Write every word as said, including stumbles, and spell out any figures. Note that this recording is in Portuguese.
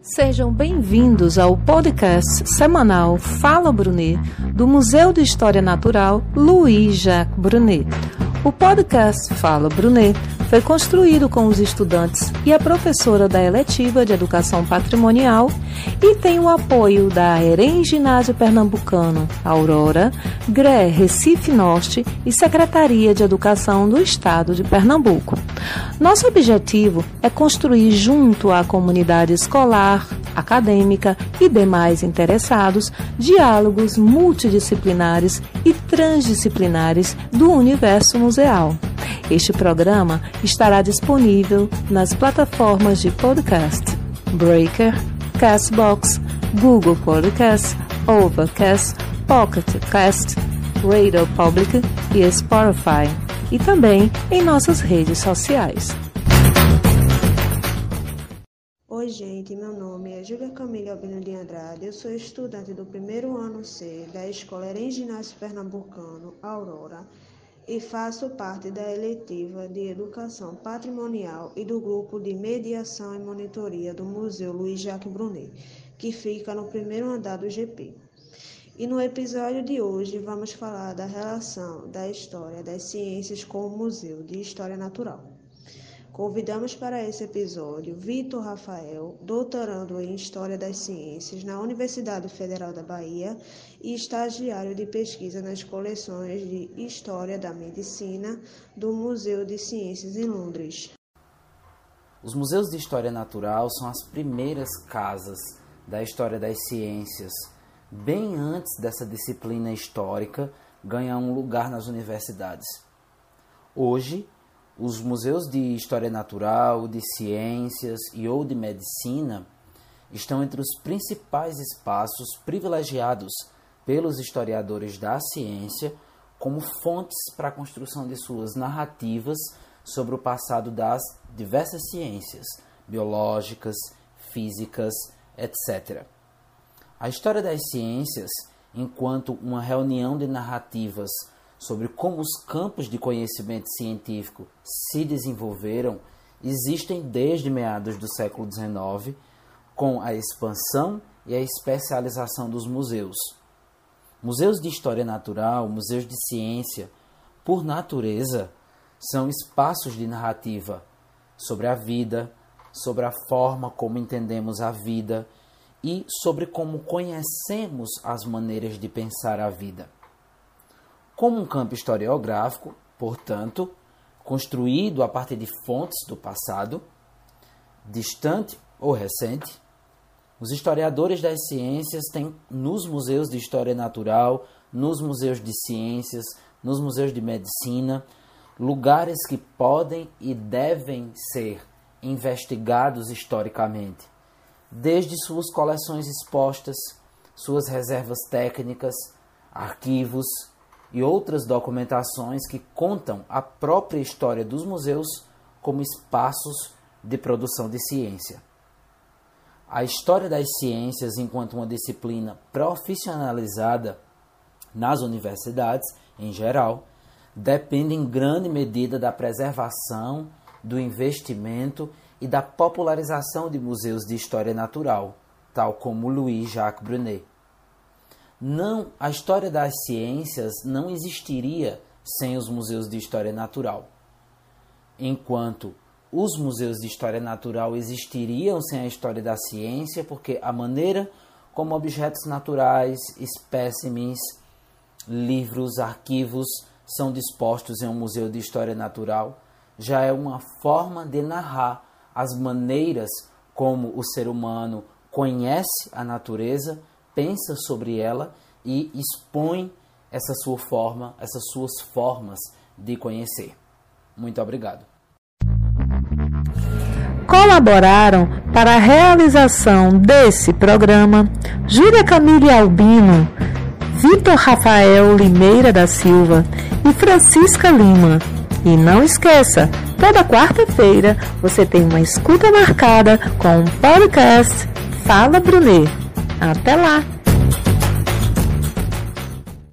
Sejam bem-vindos ao podcast semanal Fala Brunet, do Museu de História Natural Louis Jacques Brunet. O podcast Fala Brunet foi construído com os estudantes e a professora da eletiva de Educação Patrimonial e tem o apoio da EREM Ginásio Pernambucano, Aurora, G R E Recife Norte e Secretaria de Educação do Estado de Pernambuco. Nosso objetivo é construir junto à comunidade escolar, acadêmica e demais interessados diálogos multidisciplinares e transdisciplinares do universo museal. Este programa estará disponível nas plataformas de podcast Breaker, Castbox, Google Podcast, Overcast, Pocket Cast, Radio Public e Spotify, e também em nossas redes sociais. Oi gente, meu nome é Júlia Camila Albino de Andrade, eu sou estudante do primeiro ano C da Escola EREM Ginásio Pernambucano, Aurora, e faço parte da eletiva de Educação Patrimonial e do grupo de Mediação e Monitoria do Museu Louis Jacques Brunet, que fica no primeiro andar do G P. E no episódio de hoje vamos falar da relação da história das ciências com o Museu de História Natural. Convidamos para esse episódio Vitor Rafael, doutorando em História das Ciências na Universidade Federal da Bahia e estagiário de pesquisa nas coleções de História da Medicina do Museu de Ciências em Londres. Os museus de história natural são as primeiras casas da história das ciências, bem antes dessa disciplina histórica ganhar um lugar nas universidades. Hoje, os museus de história natural, de ciências e ou de medicina estão entre os principais espaços privilegiados pelos historiadores da ciência como fontes para a construção de suas narrativas sobre o passado das diversas ciências, biológicas, físicas, etcétera. A história das ciências, enquanto uma reunião de narrativas sobre como os campos de conhecimento científico se desenvolveram, existem desde meados do século dezenove, com a expansão e a especialização dos museus. Museus de história natural, museus de ciência, por natureza, são espaços de narrativa sobre a vida, sobre a forma como entendemos a vida e sobre como conhecemos as maneiras de pensar a vida. Como um campo historiográfico, portanto, construído a partir de fontes do passado, distante ou recente, os historiadores das ciências têm nos museus de história natural, nos museus de ciências, nos museus de medicina, lugares que podem e devem ser investigados historicamente, desde suas coleções expostas, suas reservas técnicas, arquivos e outras documentações que contam a própria história dos museus como espaços de produção de ciência. A história das ciências, enquanto uma disciplina profissionalizada nas universidades, em geral, depende em grande medida da preservação, do investimento e da popularização de museus de história natural, tal como o Louis Jacques Brunet. Não, a história das ciências não existiria sem os museus de história natural, enquanto os museus de história natural existiriam sem a história da ciência, porque a maneira como objetos naturais, espécimes, livros, arquivos são dispostos em um museu de história natural já é uma forma de narrar as maneiras como o ser humano conhece a natureza, pensa sobre ela e expõe essa sua forma, essas suas formas de conhecer. Muito obrigado. Colaboraram para a realização desse programa Júlia Camila Albino, Vitor Rafael Limeira da Silva e Francisca Lima. E não esqueça, toda quarta-feira você tem uma escuta marcada com o podcast Fala Brunet. Até lá!